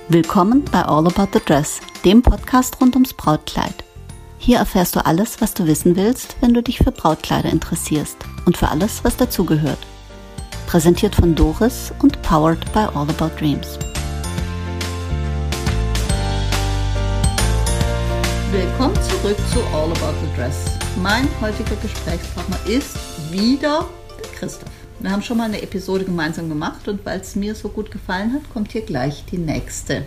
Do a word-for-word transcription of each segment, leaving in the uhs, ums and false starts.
Willkommen bei All About the Dress, dem Podcast rund ums Brautkleid. Hier erfährst du alles, was du wissen willst, wenn du dich für Brautkleider interessierst und für alles, was dazugehört. Präsentiert von Doris und powered by All About Dreams. Willkommen zurück zu All About the Dress. Mein heutiger Gesprächspartner ist wieder der Christoph. Wir haben schon mal eine Episode gemeinsam gemacht und weil es mir so gut gefallen hat, kommt hier gleich die nächste.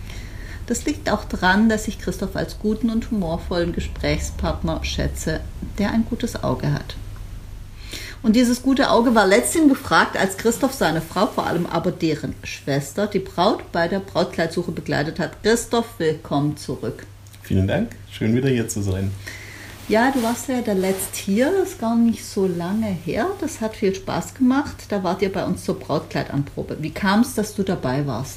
Das liegt auch daran, dass ich Christoph als guten und humorvollen Gesprächspartner schätze, der ein gutes Auge hat. Und dieses gute Auge war letztens gefragt, als Christoph seine Frau, vor allem aber deren Schwester, die Braut bei der Brautkleidsuche begleitet hat. Christoph, willkommen zurück. Vielen Dank, schön wieder hier zu sein. Ja, du warst ja der Letzte hier, das ist gar nicht so lange her, das hat viel Spaß gemacht. Da wart ihr bei uns zur Brautkleidanprobe. Wie kam es, dass du dabei warst?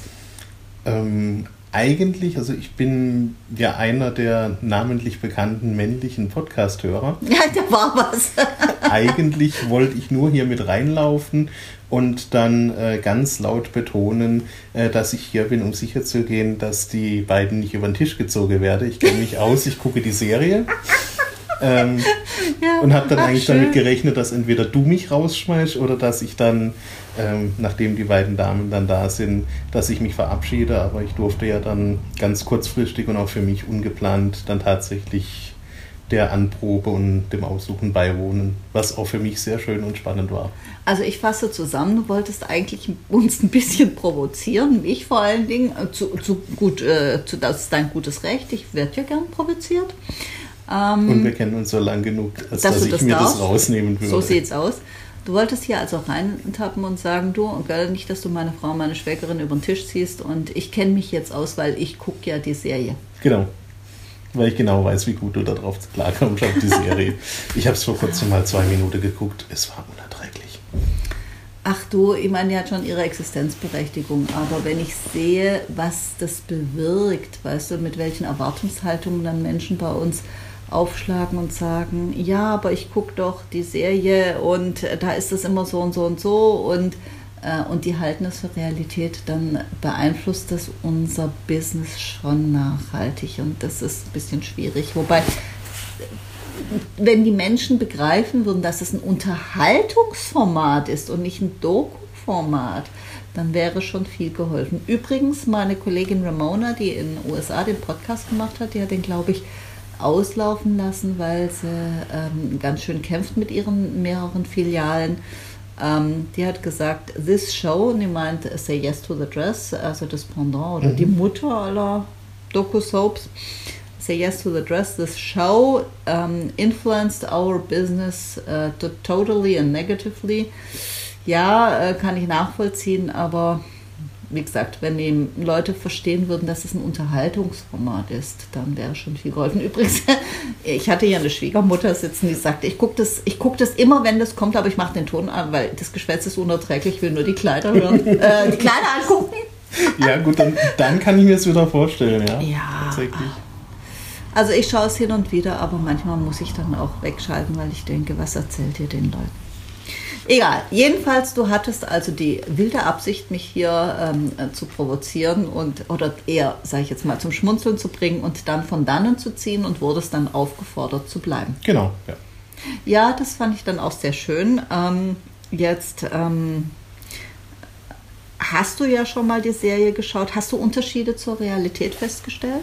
Ähm, eigentlich, also ich bin ja einer der namentlich bekannten männlichen Podcast-Hörer. Ja, da war was. Eigentlich wollte ich nur hier mit reinlaufen und dann äh, ganz laut betonen, äh, dass ich hier bin, um sicherzugehen, dass die beiden nicht über den Tisch gezogen werden. Ich kenne mich aus, ich gucke die Serie. Ähm, ja, und habe dann eigentlich schön. damit gerechnet, dass entweder du mich rausschmeißt oder dass ich dann, ähm, nachdem die beiden Damen dann da sind, dass ich mich verabschiede. Aber ich durfte ja dann ganz kurzfristig und auch für mich ungeplant dann tatsächlich der Anprobe und dem Aussuchen beiwohnen, was auch für mich sehr schön und spannend war. Also ich fasse zusammen, du wolltest eigentlich uns ein bisschen provozieren, mich vor allen Dingen, zu, zu gut, äh, zu, das ist dein gutes Recht, ich werde ja gern provoziert. Ähm, und wir kennen uns so lang genug, als dass, dass ich das mir darfst. das rausnehmen würde. So sieht's aus. Du wolltest hier also reintappen und sagen, du, gell, nicht, dass du meine Frau, meine Schwägerin über den Tisch ziehst und ich kenne mich jetzt aus, weil ich gucke ja die Serie. Genau, weil ich genau weiß, wie gut du da drauf klarkommst auf die Serie. Ich habe es vor kurzem mal zwei Minuten geguckt, es war unerträglich. Ach du, ich meine, die hat schon ihre Existenzberechtigung, aber wenn ich sehe, was das bewirkt, weißt du, mit welchen Erwartungshaltungen dann Menschen bei uns aufschlagen und sagen, ja, aber ich gucke doch die Serie und da ist das immer so und so und so und, äh, und die halten es für Realität, dann beeinflusst das unser Business schon nachhaltig und das ist ein bisschen schwierig. Wobei, wenn die Menschen begreifen würden, dass es ein Unterhaltungsformat ist und nicht ein Doku-Format, dann wäre schon viel geholfen. Übrigens, meine Kollegin Ramona, die in den U S A den Podcast gemacht hat, die hat den, glaube ich, auslaufen lassen, weil sie ähm, ganz schön kämpft mit ihren mehreren Filialen. Ähm, die hat gesagt, this show, und die meint Say Yes to the Dress, also das Pendant oder mhm. die Mutter aller Doku-Soaps, Say Yes to the Dress, this show um, influenced our business uh, to totally and negatively. Ja, äh, kann ich nachvollziehen, aber wie gesagt, wenn die Leute verstehen würden, dass es ein Unterhaltungsformat ist, dann wäre schon viel geholfen. Übrigens, ich hatte ja eine Schwiegermutter sitzen, die sagte, ich gucke das, ich guck das immer, wenn das kommt, aber ich mache den Ton an, weil das Geschwätz ist unerträglich, ich will nur die Kleider hören, äh, die Kleider angucken. Ja gut, dann, dann kann ich mir es wieder vorstellen, ja. Ja. Tatsächlich. Also ich schaue es hin und wieder, aber manchmal muss ich dann auch wegschalten, weil ich denke, was erzählt ihr den Leuten? Egal, jedenfalls, du hattest also die wilde Absicht, mich hier ähm, zu provozieren und oder eher, sage ich jetzt mal, zum Schmunzeln zu bringen und dann von dannen zu ziehen und wurdest dann aufgefordert zu bleiben. Genau, ja. Ja, das fand ich dann auch sehr schön. Ähm, jetzt ähm, hast du ja schon mal die Serie geschaut. Hast du Unterschiede zur Realität festgestellt?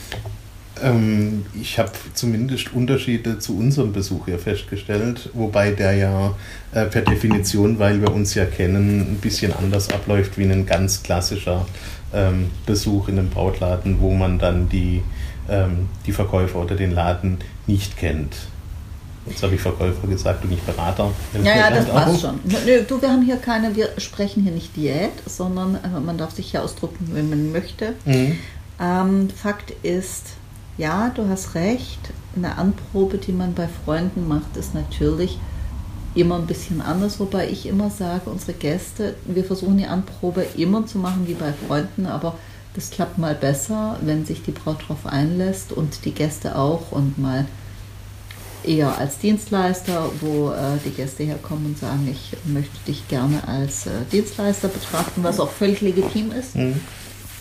Ähm, ich habe zumindest Unterschiede zu unserem Besuch hier festgestellt, wobei der ja äh, per Definition, weil wir uns ja kennen, ein bisschen anders abläuft wie ein ganz klassischer ähm, Besuch in einem Brautladen, wo man dann die, ähm, die Verkäufer oder den Laden nicht kennt. Jetzt habe ich Verkäufer gesagt und nicht Berater. Ja, ja, das passt schon. Nö, du, wir haben hier keine, wir sprechen hier nicht Diät, sondern äh, man darf sich hier ausdrücken, wenn man möchte. Mhm. Ähm, Fakt ist, ja, du hast recht, eine Anprobe, die man bei Freunden macht, ist natürlich immer ein bisschen anders, wobei ich immer sage, unsere Gäste, wir versuchen die Anprobe immer zu machen wie bei Freunden, aber das klappt mal besser, wenn sich die Braut darauf einlässt und die Gäste auch und mal eher als Dienstleister, wo äh, die Gäste herkommen und sagen, ich möchte dich gerne als äh, Dienstleister betrachten, was auch völlig legitim ist. Mhm.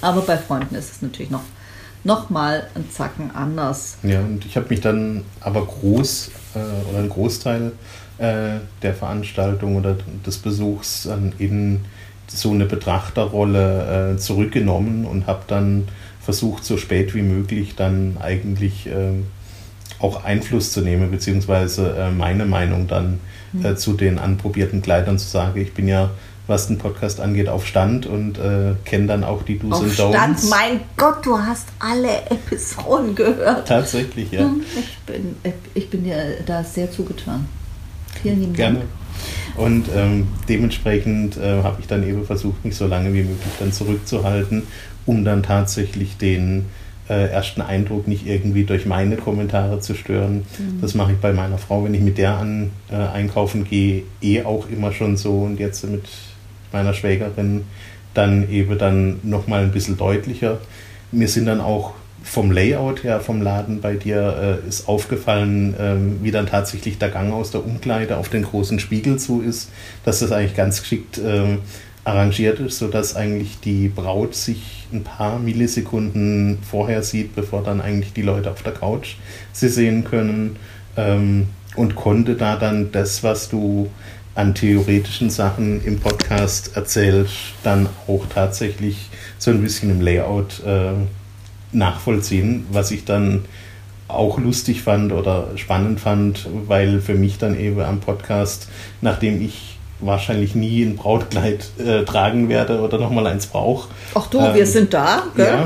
Aber bei Freunden ist es natürlich noch, noch mal einen Zacken anders. Ja, und ich habe mich dann aber groß äh, oder einen Großteil äh, der Veranstaltung oder des Besuchs dann in so eine Betrachterrolle äh, zurückgenommen und habe dann versucht, so spät wie möglich dann eigentlich äh, auch Einfluss zu nehmen, beziehungsweise äh, meine Meinung dann mhm. äh, zu den anprobierten Kleidern zu sagen. Ich bin ja, was den Podcast angeht, auf Stand und äh, kenne dann auch die Do's und Don'ts. Auf Stand? Mein Gott, du hast alle Episoden gehört. Tatsächlich, ja. Ich bin, ich bin dir da sehr zugetan. Vielen lieben Dank. Gerne. Und ähm, dementsprechend äh, habe ich dann eben versucht, mich so lange wie möglich dann zurückzuhalten, um dann tatsächlich den äh, ersten Eindruck nicht irgendwie durch meine Kommentare zu stören. Mhm. Das mache ich bei meiner Frau, wenn ich mit der an äh, einkaufen gehe, eh auch immer schon so, und jetzt mit meiner Schwägerin dann eben dann nochmal ein bisschen deutlicher. Mir sind dann auch vom Layout her vom Laden bei dir äh, ist aufgefallen, ähm, wie dann tatsächlich der Gang aus der Umkleide auf den großen Spiegel zu ist, dass das eigentlich ganz geschickt ähm, arrangiert ist, sodass eigentlich die Braut sich ein paar Millisekunden vorher sieht, bevor dann eigentlich die Leute auf der Couch sie sehen können, ähm, und konnte da dann das, was du an theoretischen Sachen im Podcast erzählst, dann auch tatsächlich so ein bisschen im Layout äh, nachvollziehen, was ich dann auch lustig fand oder spannend fand, weil für mich dann eben am Podcast, nachdem ich wahrscheinlich nie ein Brautkleid äh, tragen werde oder nochmal eins brauche. Ach du, ähm, wir sind da, gell? Ja,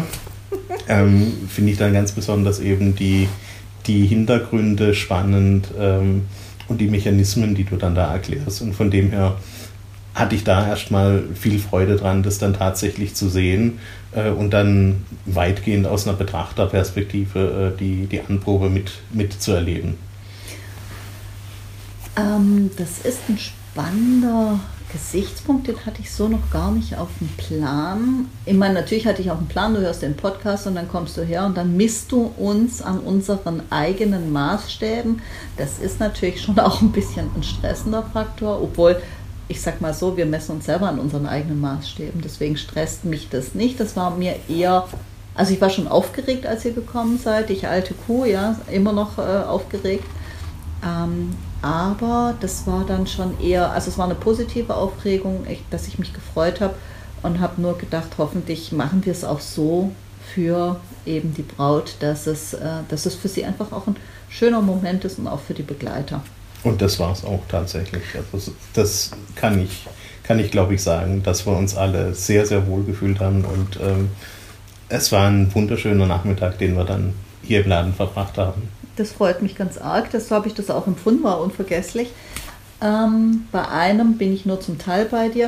ähm, finde ich dann ganz besonders eben die, die Hintergründe spannend ähm, und die Mechanismen, die du dann da erklärst. Und von dem her hatte ich da erstmal viel Freude dran, das dann tatsächlich zu sehen äh, und dann weitgehend aus einer Betrachterperspektive äh, die, die Anprobe mit, mitzuerleben. Ähm, das ist ein spannender Gesichtspunkt, den hatte ich so noch gar nicht auf dem Plan. Ich meine, natürlich hatte ich auch einen Plan, du hörst den Podcast und dann kommst du her und dann misst du uns an unseren eigenen Maßstäben. Das ist natürlich schon auch ein bisschen ein stressender Faktor, obwohl, ich sag mal so, wir messen uns selber an unseren eigenen Maßstäben, deswegen stresst mich das nicht. Das war mir eher, also ich war schon aufgeregt, als ihr gekommen seid, ich alte Kuh, ja, immer noch äh, aufgeregt. Ähm, aber das war dann schon eher, also es war eine positive Aufregung, ich, dass ich mich gefreut habe und habe nur gedacht, hoffentlich machen wir es auch so für eben die Braut, dass es, äh, dass es für sie einfach auch ein schöner Moment ist und auch für die Begleiter. Und das war es auch tatsächlich. Also das kann ich, kann ich glaube ich sagen, dass wir uns alle sehr, sehr wohl gefühlt haben und ähm, es war ein wunderschöner Nachmittag, den wir dann hier im Laden verbracht haben. Das freut mich ganz arg, das habe ich das auch empfunden, war unvergesslich. Ähm, bei einem bin ich nur zum Teil bei dir.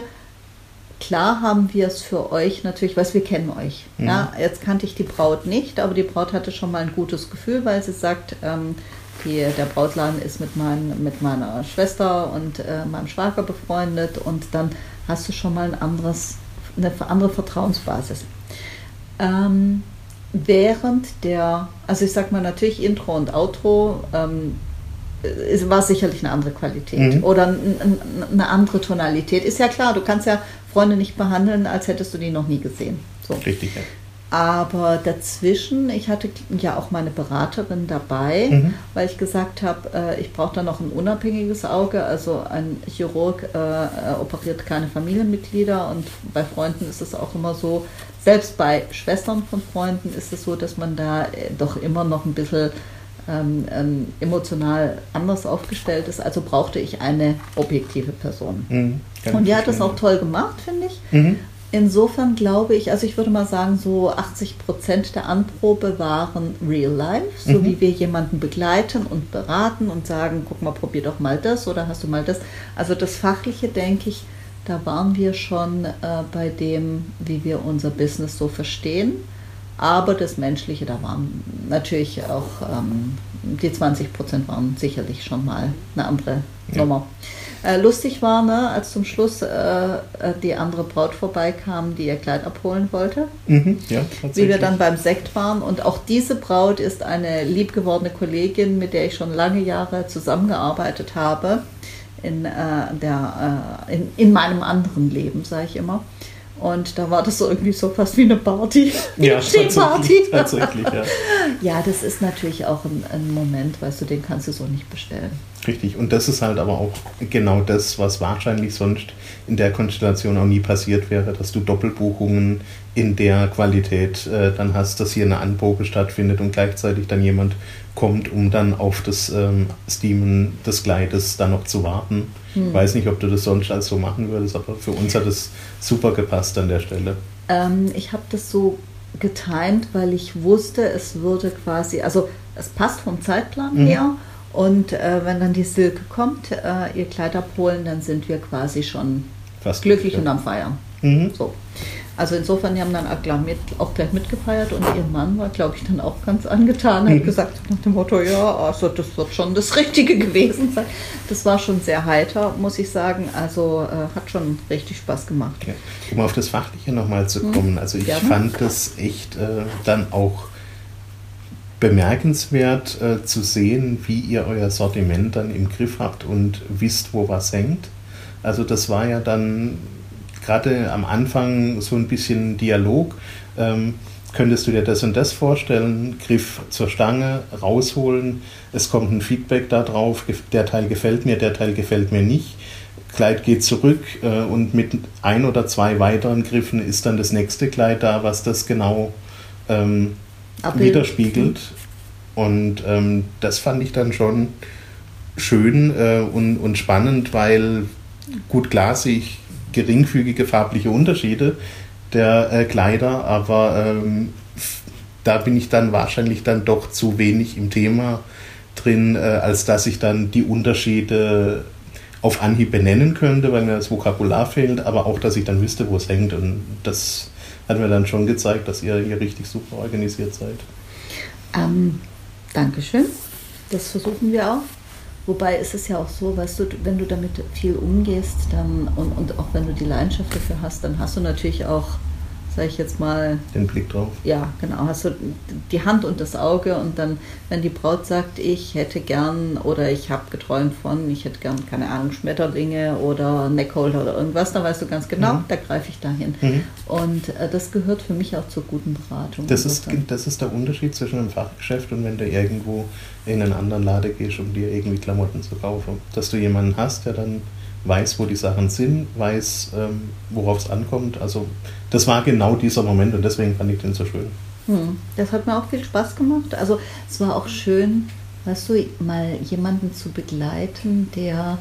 Klar haben wir es für euch natürlich, weil wir kennen euch. Mhm. Ja, jetzt kannte ich die Braut nicht, aber die Braut hatte schon mal ein gutes Gefühl, weil sie sagt, ähm, die, der Brautladen ist mit, mein, mit meiner Schwester und äh, meinem Schwager befreundet und dann hast du schon mal ein anderes, eine andere Vertrauensbasis. Ähm, Während der, also ich sag mal natürlich Intro und Outro, ähm, es war sicherlich eine andere Qualität mhm. oder n, n, eine andere Tonalität. Ist ja klar, du kannst ja Freunde nicht behandeln, als hättest du die noch nie gesehen. So. Richtig, ja. Aber dazwischen, ich hatte ja auch meine Beraterin dabei, mhm. weil ich gesagt habe, äh, ich brauche da noch ein unabhängiges Auge. Also ein Chirurg äh, operiert keine Familienmitglieder und bei Freunden ist es auch immer so, selbst bei Schwestern von Freunden ist es so, dass man da äh, doch immer noch ein bisschen ähm, ähm, emotional anders aufgestellt ist. Also brauchte ich eine objektive Person. Mhm, und die hat das auch toll gemacht, finde ich. Mhm. Insofern glaube ich, also ich würde mal sagen, so achtzig Prozent der Anprobe waren real life, so mhm. wie wir jemanden begleiten und beraten und sagen, guck mal, probier doch mal das oder hast du mal das. Also das Fachliche, denke ich, da waren wir schon äh, bei dem, wie wir unser Business so verstehen. Aber das Menschliche, da waren natürlich auch, ähm, die zwanzig Prozent waren sicherlich schon mal eine andere ja. Nummer. Äh, lustig war, ne, als zum Schluss äh, die andere Braut vorbeikam, die ihr Kleid abholen wollte. Mhm, ja, wie wir dann beim Sekt waren. Und auch diese Braut ist eine liebgewordene Kollegin, mit der ich schon lange Jahre zusammengearbeitet habe. In, äh, der, äh, in, in meinem anderen Leben, sage ich immer. Und da war das so irgendwie so fast wie eine Party. Ja, Stehparty. tatsächlich, tatsächlich, ja. Ja, das ist natürlich auch ein, ein Moment, weißt du, den kannst du so nicht bestellen. Richtig, und das ist halt aber auch genau das, was wahrscheinlich sonst in der Konstellation auch nie passiert wäre, dass du Doppelbuchungen in der Qualität äh, dann hast, dass hier eine Anprobe stattfindet und gleichzeitig dann jemand kommt, um dann auf das ähm, Steamen des Kleides dann noch zu warten. Hm. Ich weiß nicht, ob du das sonst als so machen würdest, aber für uns hat es super gepasst an der Stelle. Ähm, ich habe das so getimt, weil ich wusste, es würde quasi, also es passt vom Zeitplan mhm. her und äh, wenn dann die Silke kommt, äh, ihr Kleid abholen, dann sind wir quasi schon fast glücklich ja. und am Feiern. Mhm. So. Also insofern, die haben dann auch, glaub, mit, auch gleich mitgefeiert und ihr Mann war, glaube ich, dann auch ganz angetan. Er hat mhm. gesagt nach dem Motto, ja, also das wird schon das Richtige gewesen sein. Das war schon sehr heiter, muss ich sagen. Also äh, hat schon richtig Spaß gemacht. Ja. Um auf das Fachliche nochmal zu kommen. Mhm. Also ich Gerne. fand das echt äh, dann auch bemerkenswert äh, zu sehen, wie ihr euer Sortiment dann im Griff habt und wisst, wo was hängt. Also das war ja dann gerade am Anfang so ein bisschen Dialog. Ähm, könntest du dir das und das vorstellen? Griff zur Stange, rausholen. Es kommt ein Feedback darauf. Der Teil gefällt mir, der Teil gefällt mir nicht. Kleid geht zurück äh, und mit ein oder zwei weiteren Griffen ist dann das nächste Kleid da, was das genau ähm, widerspiegelt. Und ähm, das fand ich dann schon schön äh, und, und spannend, weil gut, klar sehe ich geringfügige farbliche Unterschiede der äh, Kleider, aber ähm, f- da bin ich dann wahrscheinlich dann doch zu wenig im Thema drin, äh, als dass ich dann die Unterschiede auf Anhieb benennen könnte, weil mir das Vokabular fehlt, aber auch, dass ich dann wüsste, wo es hängt, und das hat mir dann schon gezeigt, dass ihr hier richtig super organisiert seid. Ähm, Dankeschön, das versuchen wir auch. Wobei ist es ja auch so, weißt du, wenn du damit viel umgehst dann, und, und auch wenn du die Leidenschaft dafür hast, dann hast du natürlich auch, sage ich jetzt mal... Den Blick drauf. Ja, genau, hast du die Hand und das Auge, und dann, wenn die Braut sagt, ich hätte gern, oder ich habe geträumt von, ich hätte gern, keine Ahnung, Schmetterlinge oder Neckholder oder irgendwas, dann weißt du ganz genau, mhm. da greife ich dahin. Mhm. Und äh, das gehört für mich auch zur guten Beratung. Das ist, das ist der Unterschied zwischen einem Fachgeschäft und wenn du irgendwo in einen anderen Laden gehst, um dir irgendwie Klamotten zu kaufen. Dass du jemanden hast, der dann weiß, wo die Sachen sind, weiß, ähm, worauf es ankommt. Also das war genau dieser Moment und deswegen fand ich den so schön. Hm, das hat mir auch viel Spaß gemacht. Also es war auch schön, weißt du, mal jemanden zu begleiten, der,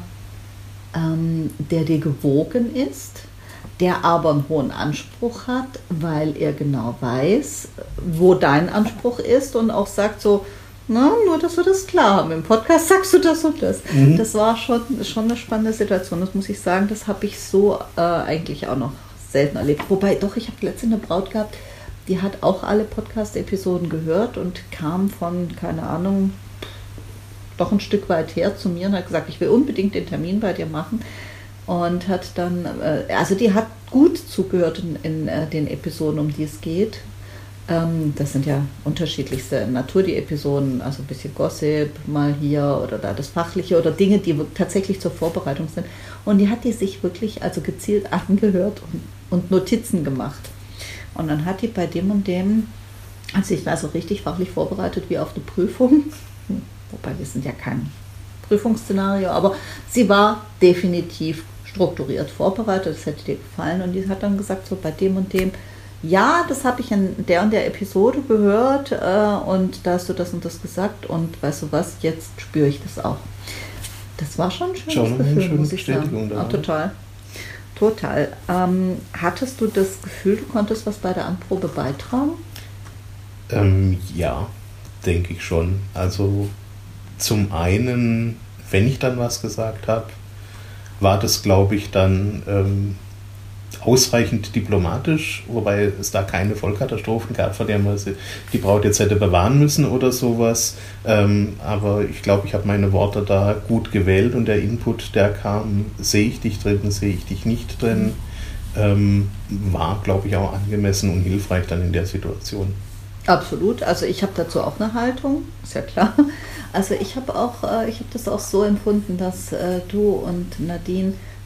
ähm, der dir gewogen ist, der aber einen hohen Anspruch hat, weil er genau weiß, wo dein Anspruch ist, und auch sagt so, na, nur, dass wir das klar haben. Im Podcast sagst du das und das. Mhm. Das war schon, schon eine spannende Situation. Das muss ich sagen, das habe ich so äh, eigentlich auch noch selten erlebt. Wobei, doch, ich habe letztens eine Braut gehabt, die hat auch alle Podcast-Episoden gehört und kam von, keine Ahnung, doch ein Stück weit her zu mir und hat gesagt, ich will unbedingt den Termin bei dir machen. Und hat dann, äh, also die hat gut zugehört in, in äh, den Episoden, um die es geht. Das sind ja unterschiedlichste Natur, die Episoden, also ein bisschen Gossip mal hier oder da das Fachliche oder Dinge, die tatsächlich zur Vorbereitung sind. Und die hat die sich wirklich also gezielt angehört und, und Notizen gemacht. Und dann hat die bei dem und dem, also ich war so richtig fachlich vorbereitet wie auf eine Prüfung, wobei wir sind ja kein Prüfungsszenario, aber sie war definitiv strukturiert vorbereitet, das hätte dir gefallen. Und die hat dann gesagt, so bei dem und dem, ja, das habe ich in der und der Episode gehört äh, und da hast du das und das gesagt und weißt du was, jetzt spüre ich das auch. Das war schon ein schönes schon Gefühl, eine muss ich sagen. Auch total. Total. Ähm, hattest du das Gefühl, du konntest was bei der Anprobe beitragen? Ähm, ja, denke ich schon. Also zum einen, wenn ich dann was gesagt habe, war das, glaube ich, dann... Ähm, ausreichend diplomatisch, wobei es da keine Vollkatastrophen gab, von der man die Braut jetzt hätte bewahren müssen oder sowas. Ähm, aber ich glaube, ich habe meine Worte da gut gewählt und der Input, der kam, sehe ich dich drin, sehe ich dich nicht drin, ähm, war, glaube ich, auch angemessen und hilfreich dann in der Situation. Absolut, also ich habe dazu auch eine Haltung, ist ja klar. Also ich habe auch, äh, ich habe das auch so empfunden, dass äh, du und Nadine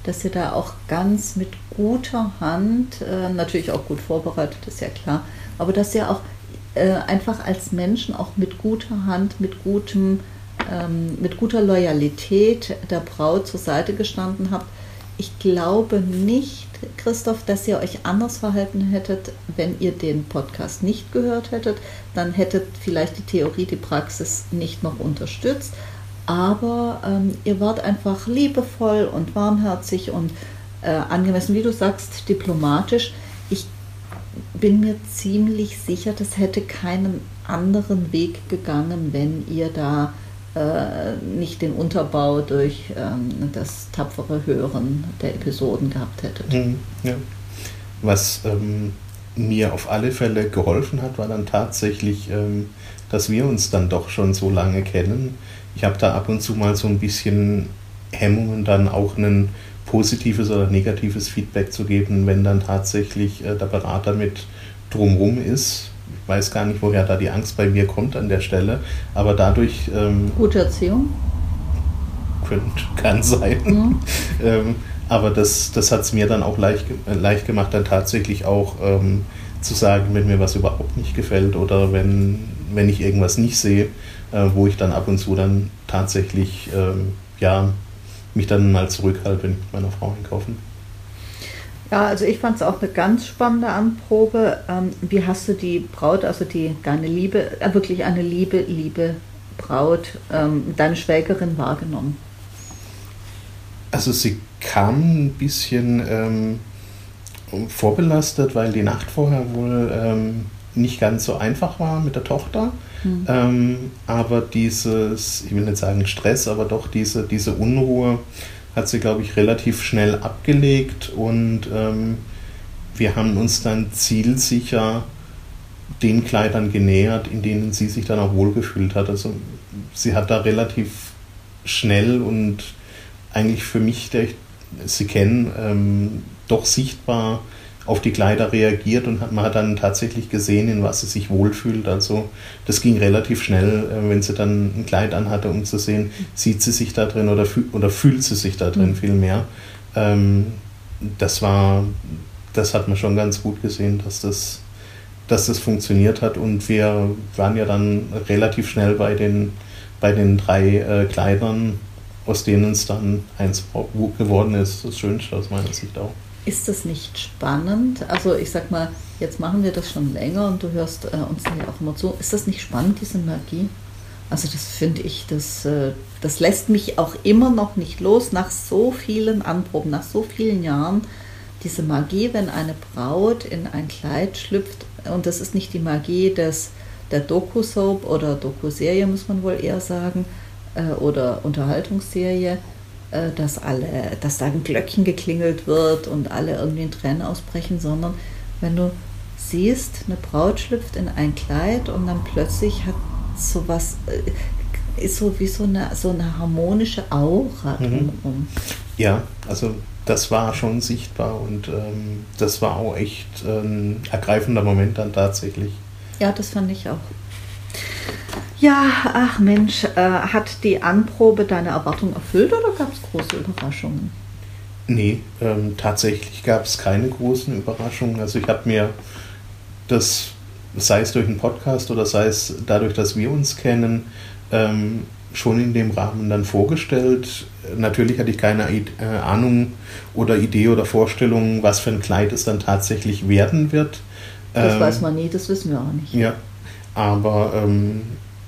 dass ihr da auch ganz mit guter Hand, äh, natürlich auch gut vorbereitet, ist ja klar, aber dass ihr auch äh, einfach als Menschen auch mit guter Hand, mit gutem, ähm, mit guter Loyalität der Braut zur Seite gestanden habt. Ich glaube nicht, Christoph, dass ihr euch anders verhalten hättet, wenn ihr den Podcast nicht gehört hättet. Dann hättet vielleicht die Theorie, die Praxis nicht noch unterstützt. Aber ähm, ihr wart einfach liebevoll und warmherzig und äh, angemessen, wie du sagst, diplomatisch. Ich bin mir ziemlich sicher, das hätte keinen anderen Weg gegangen, wenn ihr da äh, nicht den Unterbau durch ähm, das tapfere Hören der Episoden gehabt hättet. Mhm, ja. Was ähm, mir auf alle Fälle geholfen hat, war dann tatsächlich, ähm, dass wir uns dann doch schon so lange kennen. Ich habe da ab und zu mal so ein bisschen Hemmungen, dann auch ein positives oder negatives Feedback zu geben, wenn dann tatsächlich äh, der Berater mit drumrum ist. Ich weiß gar nicht, woher da die Angst bei mir kommt an der Stelle, aber dadurch... Ähm, Gute Erziehung? Könnt, kann sein. Mhm. ähm, aber das, das hat es mir dann auch leicht, äh, leicht gemacht, dann tatsächlich auch ähm, zu sagen, wenn mir was überhaupt nicht gefällt oder wenn, wenn ich irgendwas nicht sehe, äh, wo ich dann ab und zu dann tatsächlich ähm, ja, mich dann mal zurückhalte, wenn ich mit meiner Frau einkaufen. Ja, also ich fand es auch eine ganz spannende Anprobe. Ähm, wie hast du die Braut, also die deine Liebe, äh, wirklich eine liebe, liebe Braut, ähm, deine Schwägerin wahrgenommen? Also sie kam ein bisschen ähm, vorbelastet, weil die Nacht vorher wohl ähm, nicht ganz so einfach war mit der Tochter. Hm. Ähm, aber dieses, ich will nicht sagen Stress, aber doch diese, diese Unruhe hat sie, glaube ich, relativ schnell abgelegt und ähm, wir haben uns dann zielsicher den Kleidern genähert, in denen sie sich dann auch wohlgefühlt hat. Also sie hat da relativ schnell und eigentlich für mich, der ich sie kenne, ähm, doch sichtbar auf die Kleider reagiert und hat, man hat dann tatsächlich gesehen, in was sie sich wohlfühlt. Also das ging relativ schnell, äh, wenn sie dann ein Kleid anhatte, um zu sehen, sieht sie sich da drin oder, fühl, oder fühlt sie sich da drin mhm. viel mehr. Ähm, das war, das hat man schon ganz gut gesehen, dass das, dass das funktioniert hat und wir waren ja dann relativ schnell bei den, bei den drei äh, Kleidern, aus denen es dann eins geworden ist. Das Schönste aus meiner Sicht auch. Ist das nicht spannend? Also ich sag mal, jetzt machen wir das schon länger und du hörst äh, uns ja auch immer zu. Ist das nicht spannend, diese Magie? Also das finde ich, das, äh, das lässt mich auch immer noch nicht los, nach so vielen Anproben, nach so vielen Jahren. Diese Magie, wenn eine Braut in ein Kleid schlüpft, und das ist nicht die Magie des, der Doku-Soap oder Doku-Serie, muss man wohl eher sagen, äh, oder Unterhaltungsserie, dass alle, dass da ein Glöckchen geklingelt wird und alle irgendwie in Tränen ausbrechen, sondern wenn du siehst, eine Braut schlüpft in ein Kleid und dann plötzlich hat sowas, ist so wie so eine, so eine harmonische Aura drumherum. Mhm. Ja, also das war schon sichtbar und ähm, das war auch echt ein ergreifender Moment dann tatsächlich. Ja, das fand ich auch. Ja, ach Mensch, äh, hat die Anprobe deine Erwartung erfüllt oder gab es große Überraschungen? Nee, ähm, tatsächlich gab es keine großen Überraschungen. Also ich habe mir das, sei es durch einen Podcast oder sei es dadurch, dass wir uns kennen, ähm, schon in dem Rahmen dann vorgestellt. Natürlich hatte ich keine äh, Ahnung oder Idee oder Vorstellung, was für ein Kleid es dann tatsächlich werden wird. Das ähm, weiß man nie, das wissen wir auch nicht. Ja, aber ähm,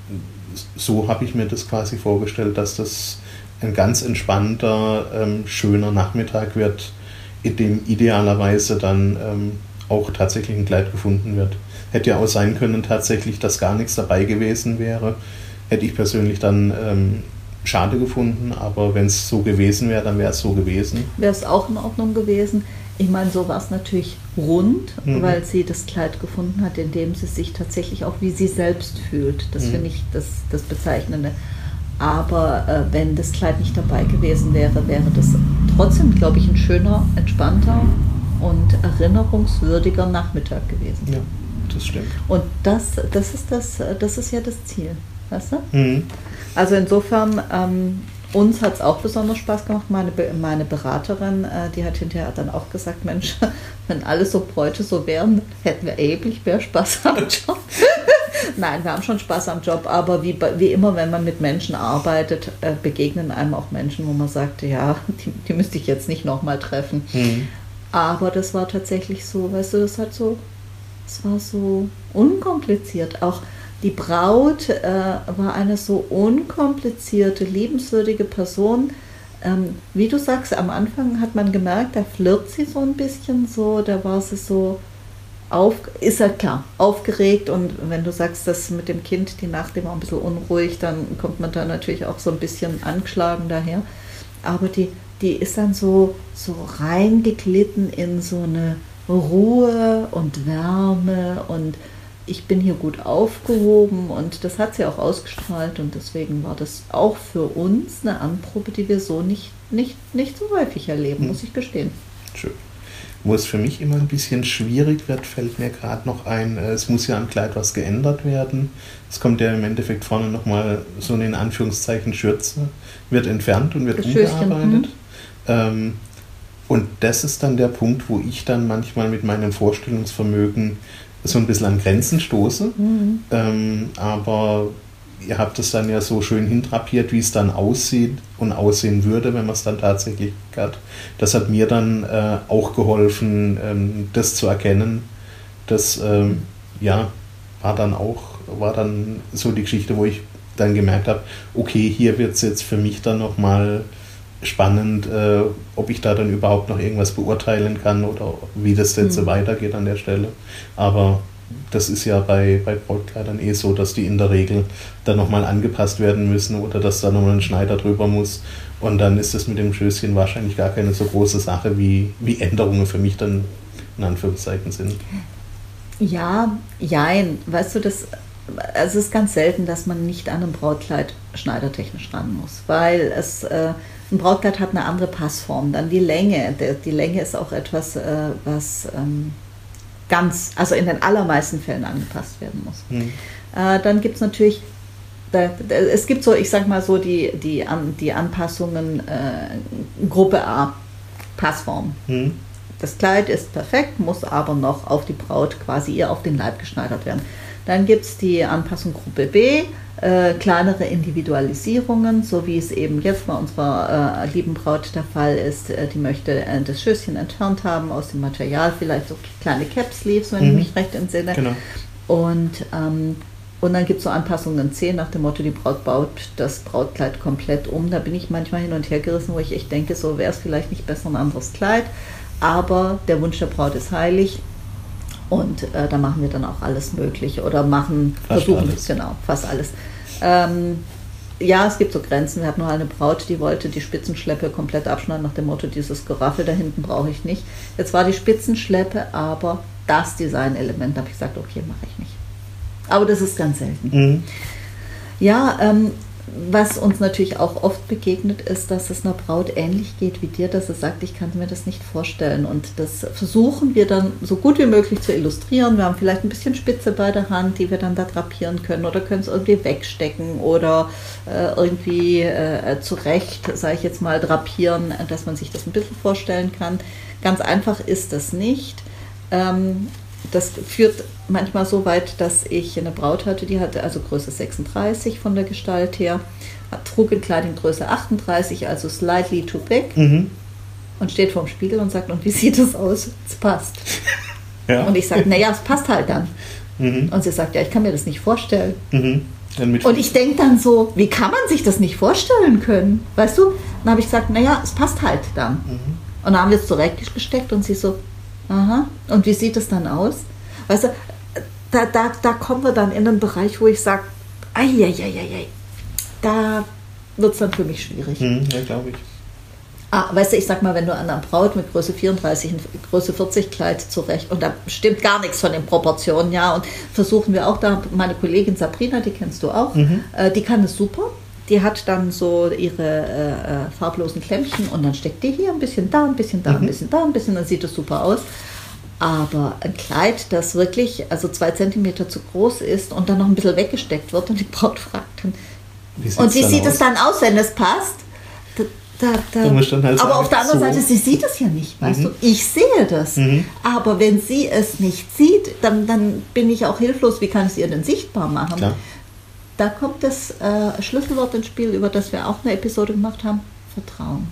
so habe ich mir das quasi vorgestellt, dass das ein ganz entspannter, ähm, schöner Nachmittag wird, in dem idealerweise dann ähm, auch tatsächlich ein Kleid gefunden wird. Hätte ja auch sein können tatsächlich, dass gar nichts dabei gewesen wäre. Hätte ich persönlich dann ähm, schade gefunden, aber wenn es so gewesen wäre, dann wäre es so gewesen. Wäre es auch in Ordnung gewesen. Ich meine, so war es natürlich rund, mhm. weil sie das Kleid gefunden hat, in dem sie sich tatsächlich auch wie sie selbst fühlt. Das mhm. finde ich das, das Bezeichnende. Aber äh, wenn das Kleid nicht dabei gewesen wäre, wäre das trotzdem, glaube ich, ein schöner, entspannter und erinnerungswürdiger Nachmittag gewesen. Ja, das stimmt. Und das, das, ist, das, das ist ja das Ziel, weißt du? Mhm. Also insofern, ähm, uns hat es auch besonders Spaß gemacht. Meine, meine Beraterin, äh, die hat hinterher dann auch gesagt, Mensch, wenn alle so Bräute so wären, hätten wir erheblich mehr Spaß am Job. Nein, wir haben schon Spaß am Job, aber wie, wie immer, wenn man mit Menschen arbeitet, äh, begegnen einem auch Menschen, wo man sagt, ja, die, die müsste ich jetzt nicht nochmal treffen. Mhm. Aber das war tatsächlich so, weißt du, das hat so, es war so unkompliziert. Auch die Braut äh, war eine so unkomplizierte, liebenswürdige Person. Ähm, wie du sagst, am Anfang hat man gemerkt, da flirt sie so ein bisschen so, da war sie so, auf, ist ja klar, aufgeregt. Und wenn du sagst, dass mit dem Kind die Nacht immer ein bisschen unruhig, dann kommt man da natürlich auch so ein bisschen angeschlagen daher. Aber die, die ist dann so, so reingeglitten in so eine Ruhe und Wärme und ich bin hier gut aufgehoben und das hat sie auch ausgestrahlt und deswegen war das auch für uns eine Anprobe, die wir so nicht, nicht, nicht so häufig erleben, hm. muss ich gestehen. Schön. Wo es für mich immer ein bisschen schwierig wird, fällt mir gerade noch ein, es muss ja am Kleid was geändert werden. Es kommt ja im Endeffekt vorne nochmal so eine in Anführungszeichen Schürze, wird entfernt und wird das umgearbeitet. Hm. Ähm, und das ist dann der Punkt, wo ich dann manchmal mit meinem Vorstellungsvermögen so ein bisschen an Grenzen stoße. Mhm. Ähm, aber ihr habt es dann ja so schön hintrapiert, wie es dann aussieht und aussehen würde, wenn man es dann tatsächlich hat. Das hat mir dann äh, auch geholfen, ähm, das zu erkennen. Das ähm, ja, war dann auch, war dann so die Geschichte, wo ich dann gemerkt habe, okay, hier wird es jetzt für mich dann nochmal spannend, äh, ob ich da dann überhaupt noch irgendwas beurteilen kann oder wie das jetzt mhm. so weitergeht an der Stelle. Aber das ist ja bei, bei Brautkleidern eh so, dass die in der Regel dann nochmal angepasst werden müssen oder dass da nochmal ein Schneider drüber muss. Und dann ist das mit dem Schößchen wahrscheinlich gar keine so große Sache, wie, wie Änderungen für mich dann in Anführungszeichen sind. Ja, jein. Weißt du, das, also es ist ganz selten, dass man nicht an einem Brautkleid schneidertechnisch ran muss, weil es äh, ein Brautkleid hat eine andere Passform. Dann die Länge. Der, die Länge ist auch etwas, äh, was ähm, ganz, also in den allermeisten Fällen angepasst werden muss. Mhm. Äh, dann gibt es natürlich, da, da, es gibt so, ich sag mal so, die, die, an, die Anpassungen äh, Gruppe A, Passform. Mhm. Das Kleid ist perfekt, muss aber noch auf die Braut quasi ihr auf den Leib geschneidert werden. Dann gibt es die Anpassung Gruppe B, äh, kleinere Individualisierungen, so wie es eben jetzt bei unserer äh, lieben Braut der Fall ist. Äh, die möchte äh, das Schößchen entfernt haben aus dem Material, vielleicht so kleine Cap-Sleeves, wenn mhm. ich mich recht entsinne. Genau. Und, ähm, und dann gibt es so Anpassungen C nach dem Motto, die Braut baut das Brautkleid komplett um. Da bin ich manchmal hin und her gerissen, wo ich echt denke, so wäre es vielleicht nicht besser ein anderes Kleid. Aber der Wunsch der Braut ist heilig. Und äh, da machen wir dann auch alles Mögliche oder machen, fast versuchen, alles. genau, fast alles. Ähm, ja, es gibt so Grenzen. Wir hatten nur eine Braut, die wollte die Spitzenschleppe komplett abschneiden, nach dem Motto, dieses Geraffel da hinten brauche ich nicht. Jetzt war die Spitzenschleppe aber das Designelement. Da habe ich gesagt, okay, mache ich nicht. Aber das ist ganz selten. Mhm. Ja, ähm, was uns natürlich auch oft begegnet ist, dass es einer Braut ähnlich geht wie dir, dass sie sagt, ich kann mir das nicht vorstellen. Und das versuchen wir dann so gut wie möglich zu illustrieren. Wir haben vielleicht ein bisschen Spitze bei der Hand, die wir dann da drapieren können oder können es irgendwie wegstecken oder äh, irgendwie äh, zurecht, sage ich jetzt mal, drapieren, dass man sich das ein bisschen vorstellen kann. Ganz einfach ist das nicht. Ähm, Das führt manchmal so weit, dass ich eine Braut hatte, die hatte also Größe sechsunddreißig von der Gestalt her, trug ein Kleid in Größe achtunddreißig, also slightly too big, mhm. und steht vorm Spiegel und sagt, und wie sieht es aus? Es passt. Ja. Und ich sage, naja, es passt halt dann. Mhm. Und sie sagt, ja, ich kann mir das nicht vorstellen. Mhm. Und ich denke dann so, wie kann man sich das nicht vorstellen können? Weißt du? Dann habe ich gesagt, naja, es passt halt dann. Mhm. Und dann haben wir es zurechtgesteckt und sie so, aha, und wie sieht es dann aus? Weißt du, da, da, da kommen wir dann in einen Bereich, wo ich sage, ei, da wird es dann für mich schwierig. Hm, ja, glaube ich. Ah, weißt du, ich sag mal, wenn du an einer Braut mit Größe vierunddreißig, ein Größe vierzig Kleid zurecht, und da stimmt gar nichts von den Proportionen, ja, und versuchen wir auch da, meine Kollegin Sabrina, die kennst du auch, mhm. äh, die kann es super. Die hat dann so ihre äh, farblosen Klemmchen und dann steckt die hier ein bisschen da, ein bisschen da, mhm. ein bisschen da, ein bisschen, dann sieht es super aus. Aber ein Kleid, das wirklich also zwei Zentimeter zu groß ist und dann noch ein bisschen weggesteckt wird und die Braut fragt dann, wie und wie sieht aus? Es dann aus, wenn es passt? da, da. Da muss dann halt aber sagen, auf der anderen so. Seite, sie sieht es ja nicht, weißt Mhm. du. Ich sehe das. Mhm. Aber wenn sie es nicht sieht, dann, dann bin ich auch hilflos. Wie kann ich es ihr denn sichtbar machen? Klar. Da kommt das äh, Schlüsselwort ins Spiel, über das wir auch eine Episode gemacht haben: Vertrauen.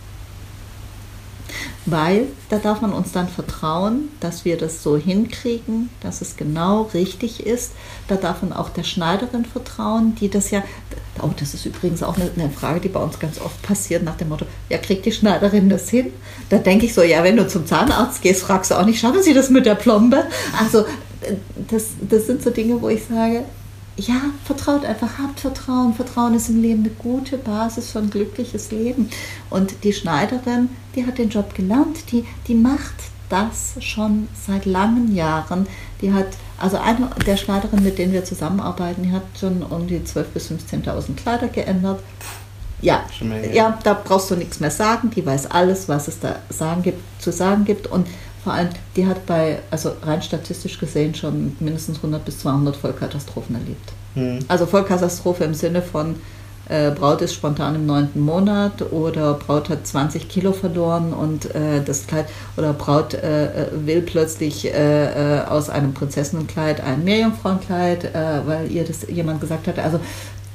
Weil da darf man uns dann vertrauen, dass wir das so hinkriegen, dass es genau richtig ist. Da darf man auch der Schneiderin vertrauen, die das ja, oh, das ist übrigens auch eine, eine Frage, die bei uns ganz oft passiert, nach dem Motto, ja, kriegt die Schneiderin das hin? Da denke ich so, ja, wenn du zum Zahnarzt gehst, fragst du auch nicht, schaffen Sie das mit der Plombe? Also das, das sind so Dinge, wo ich sage, ja, vertraut einfach, habt Vertrauen. Vertrauen ist im Leben eine gute Basis für ein glückliches Leben. Und die Schneiderin, die hat den Job gelernt, die, die macht das schon seit langen Jahren. Die hat, also eine der Schneiderinnen, mit denen wir zusammenarbeiten, die hat schon um die zwölftausend bis fünfzehntausend Kleider geändert. Ja, ja, da brauchst du nichts mehr sagen. Die weiß alles, was es da sagen gibt, zu sagen gibt. Und vor allem, die hat bei, also rein statistisch gesehen, schon mindestens hundert bis zweihundert Vollkatastrophen erlebt. Mhm. Also Vollkatastrophe im Sinne von äh, Braut ist spontan im neunten Monat oder Braut hat zwanzig Kilo verloren und äh, das Kleid, oder Braut äh, will plötzlich äh, aus einem Prinzessinnenkleid ein Meerjungfrauenkleid, äh, weil ihr das jemand gesagt hat. Also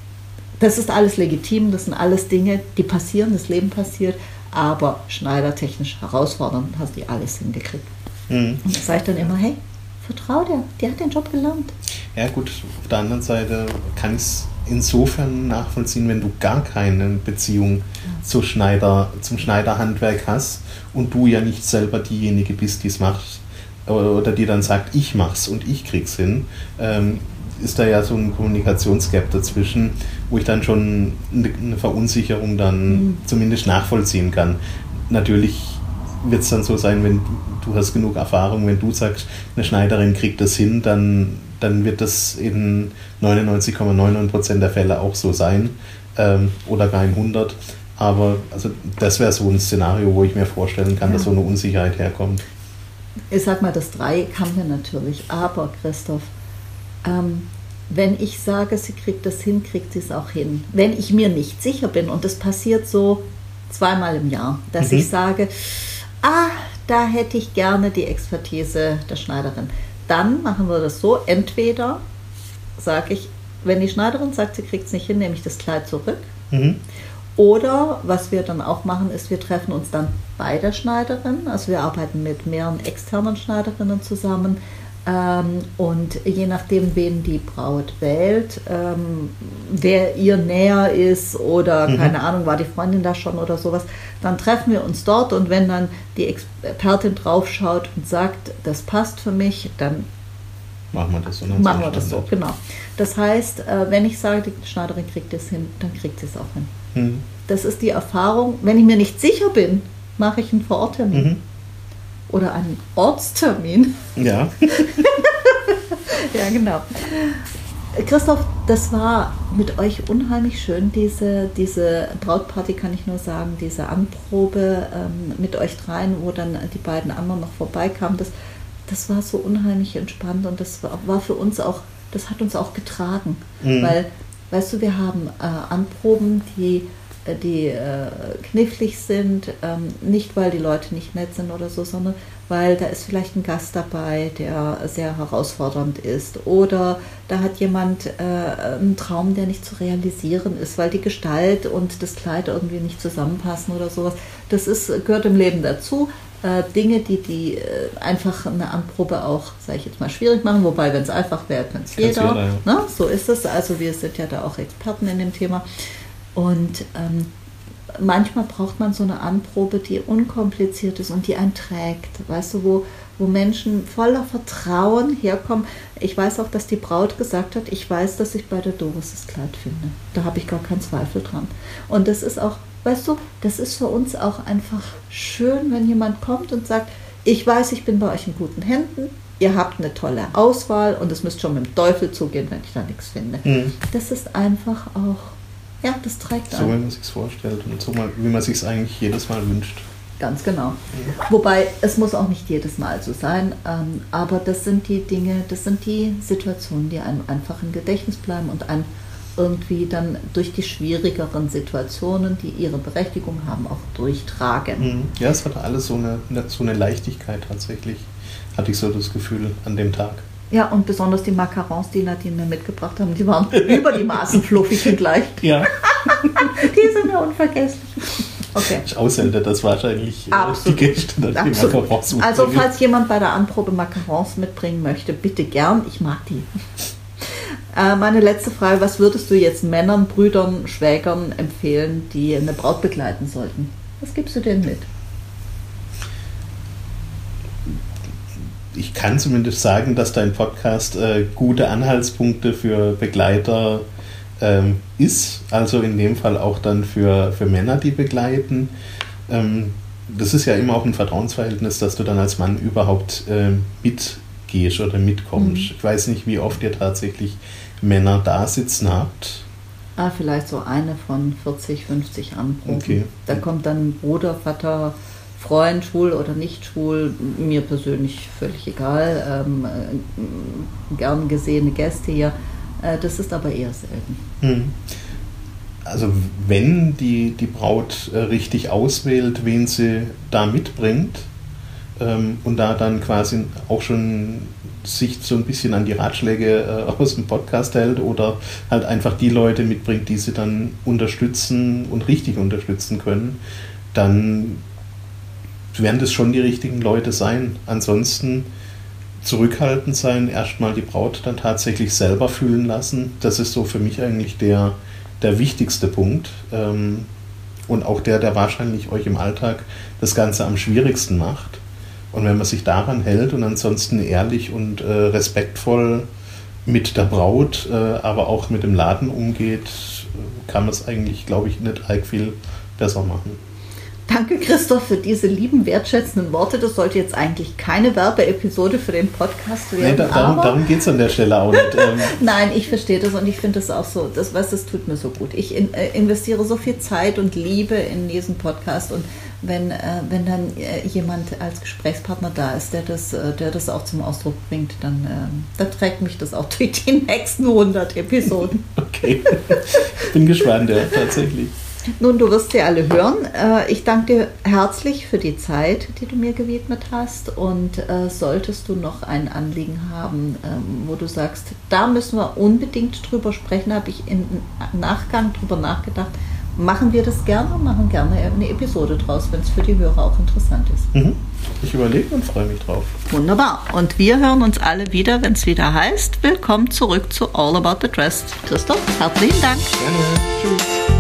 das ist alles legitim, das sind alles Dinge, die passieren, das Leben passiert. Aber schneidertechnisch herausfordernd, hast du alles hingekriegt. Mhm. Und da sage ich dann immer, hey, vertrau dir, die hat den Job gelernt. Ja gut, auf der anderen Seite kann ich es insofern nachvollziehen, wenn du gar keine Beziehung ja. zu Schneider, zum Schneiderhandwerk hast und du ja nicht selber diejenige bist, die es macht oder die dann sagt, ich mach's und ich krieg's hin, ähm, ist da ja so ein Kommunikationsgap dazwischen, wo ich dann schon eine Verunsicherung dann mhm. zumindest nachvollziehen kann. Natürlich wird es dann so sein, wenn du, du hast genug Erfahrung, wenn du sagst, eine Schneiderin kriegt das hin, dann, dann wird das in neunundneunzig Komma neunundneunzig Prozent der Fälle auch so sein ähm, oder gar in hundert. Aber also das wäre so ein Szenario, wo ich mir vorstellen kann, ja. dass so eine Unsicherheit herkommt. Ich sag mal, das Dreieck haben wir natürlich, aber Christoph, Ähm, wenn ich sage, sie kriegt das hin, kriegt sie es auch hin. Wenn ich mir nicht sicher bin, und das passiert so zweimal im Jahr, dass mhm. ich sage, ah, da hätte ich gerne die Expertise der Schneiderin, dann machen wir das so, entweder sage ich, wenn die Schneiderin sagt, sie kriegt es nicht hin, nehme ich das Kleid zurück. Mhm. Oder was wir dann auch machen, ist, wir treffen uns dann bei der Schneiderin, also wir arbeiten mit mehreren externen Schneiderinnen zusammen. Ähm, und je nachdem, wen die Braut wählt, ähm, wer ihr näher ist oder mhm. keine Ahnung, war die Freundin da schon oder sowas, dann treffen wir uns dort und wenn dann die Expertin draufschaut und sagt, das passt für mich, dann machen wir das so. Machen wir das so, genau. Das heißt, äh, wenn ich sage, die Schneiderin kriegt das hin, dann kriegt sie es auch hin. Mhm. Das ist die Erfahrung. Wenn ich mir nicht sicher bin, mache ich einen Vororttermin. Mhm. Oder einen Ortstermin. Ja. Ja, genau. Christoph, das war mit euch unheimlich schön, diese, diese Brautparty, kann ich nur sagen, diese Anprobe ähm, mit euch dreien, wo dann die beiden anderen noch vorbeikamen. Das, das war so unheimlich entspannt und das war, war für uns auch, das hat uns auch getragen. Mhm. Weil, weißt du, wir haben äh, Anproben, die die äh, knifflig sind, ähm, nicht weil die Leute nicht nett sind oder so, sondern weil da ist vielleicht ein Gast dabei, der sehr herausfordernd ist, oder da hat jemand äh, einen Traum, der nicht zu realisieren ist, weil die Gestalt und das Kleid irgendwie nicht zusammenpassen oder sowas. Das ist, gehört im Leben dazu. Äh, Dinge, die, die äh, einfach eine Anprobe auch, sage ich jetzt mal, schwierig machen, wobei, wenn es einfach wäre, kann es jeder. jeder ja. Ne? So ist es, also wir sind ja da auch Experten in dem Thema. Und ähm, manchmal braucht man so eine Anprobe, die unkompliziert ist und die einen trägt, weißt du, wo, wo Menschen voller Vertrauen herkommen. Ich weiß auch, dass die Braut gesagt hat, ich weiß, dass ich bei der Doris das Kleid finde. Da habe ich gar keinen Zweifel dran. Und das ist auch, weißt du, das ist für uns auch einfach schön, wenn jemand kommt und sagt, ich weiß, ich bin bei euch in guten Händen, ihr habt eine tolle Auswahl und es müsst schon mit dem Teufel zugehen, wenn ich da nichts finde. Mhm. Das ist einfach auch, ja, das trägt so, an. So, wie man sich es vorstellt und so, mal, wie man sich es eigentlich jedes Mal wünscht. Ganz genau. Mhm. Wobei, es muss auch nicht jedes Mal so sein, ähm, aber das sind die Dinge, das sind die Situationen, die einem einfach im Gedächtnis bleiben und einem irgendwie dann durch die schwierigeren Situationen, die ihre Berechtigung haben, auch durchtragen. Ja, es hatte alles so eine, so eine Leichtigkeit tatsächlich, hatte ich so das Gefühl an dem Tag. Ja, und besonders die Macarons, die Nadine mir mitgebracht haben, die waren über die Maßen fluffig und leicht. Ja. Die sind ja unvergesslich. Okay. Ich aushälte das wahrscheinlich äh, die Gäste, die Macarons mitbringen. Also falls jemand bei der Anprobe Macarons mitbringen möchte, bitte gern, ich mag die. Äh, meine letzte Frage, was würdest du jetzt Männern, Brüdern, Schwägern empfehlen, die eine Braut begleiten sollten? Was gibst du denen mit? Ich kann zumindest sagen, dass dein Podcast äh, gute Anhaltspunkte für Begleiter ähm, ist, also in dem Fall auch dann für, für Männer, die begleiten. Ähm, das ist ja immer auch ein Vertrauensverhältnis, dass du dann als Mann überhaupt äh, mitgehst oder mitkommst. Mhm. Ich weiß nicht, wie oft ihr tatsächlich Männer da sitzen habt. Ah, vielleicht so eine von vierzig, fünfzig Anproben. Okay. Da kommt dann Bruder, Vater, Freund, schwul oder nicht schwul, mir persönlich völlig egal. Ähm, äh, gern gesehene Gäste hier. Äh, das ist aber eher selten. Hm. Also wenn die, die Braut äh, richtig auswählt, wen sie da mitbringt ähm, und da dann quasi auch schon sich so ein bisschen an die Ratschläge äh, aus dem Podcast hält oder halt einfach die Leute mitbringt, die sie dann unterstützen und richtig unterstützen können, dann werden das schon die richtigen Leute sein. Ansonsten zurückhaltend sein, erstmal die Braut dann tatsächlich selber fühlen lassen. Das ist so für mich eigentlich der, der wichtigste Punkt. Ähm, und auch der, der wahrscheinlich euch im Alltag das Ganze am schwierigsten macht. Und wenn man sich daran hält und ansonsten ehrlich und äh, respektvoll mit der Braut, äh, aber auch mit dem Laden umgeht, kann man es eigentlich, glaube ich, nicht arg viel besser machen. Danke, Christoph, für diese lieben, wertschätzenden Worte. Das sollte jetzt eigentlich keine Werbeepisode für den Podcast werden. Nee, da, darum darum geht es an der Stelle auch nicht. Ähm. Nein, ich verstehe das und ich finde das auch so, das, was, das tut mir so gut. Ich in, äh, investiere so viel Zeit und Liebe in diesen Podcast und wenn, äh, wenn dann äh, jemand als Gesprächspartner da ist, der das, äh, der das auch zum Ausdruck bringt, dann, äh, dann trägt mich das auch durch die nächsten hundert Episoden. Okay, ich bin gespannt, ja, tatsächlich. Nun, du wirst sie alle hören. Ich danke dir herzlich für die Zeit, die du mir gewidmet hast. Und äh, solltest du noch ein Anliegen haben, ähm, wo du sagst, da müssen wir unbedingt drüber sprechen, habe ich im Nachgang drüber nachgedacht, machen wir das gerne, machen gerne eine Episode draus, wenn es für die Hörer auch interessant ist. Mhm. Ich überlege und freue mich drauf. Wunderbar. Und wir hören uns alle wieder, wenn es wieder heißt, willkommen zurück zu All About the Dress. Christoph, herzlichen Dank. Gerne. Tschüss.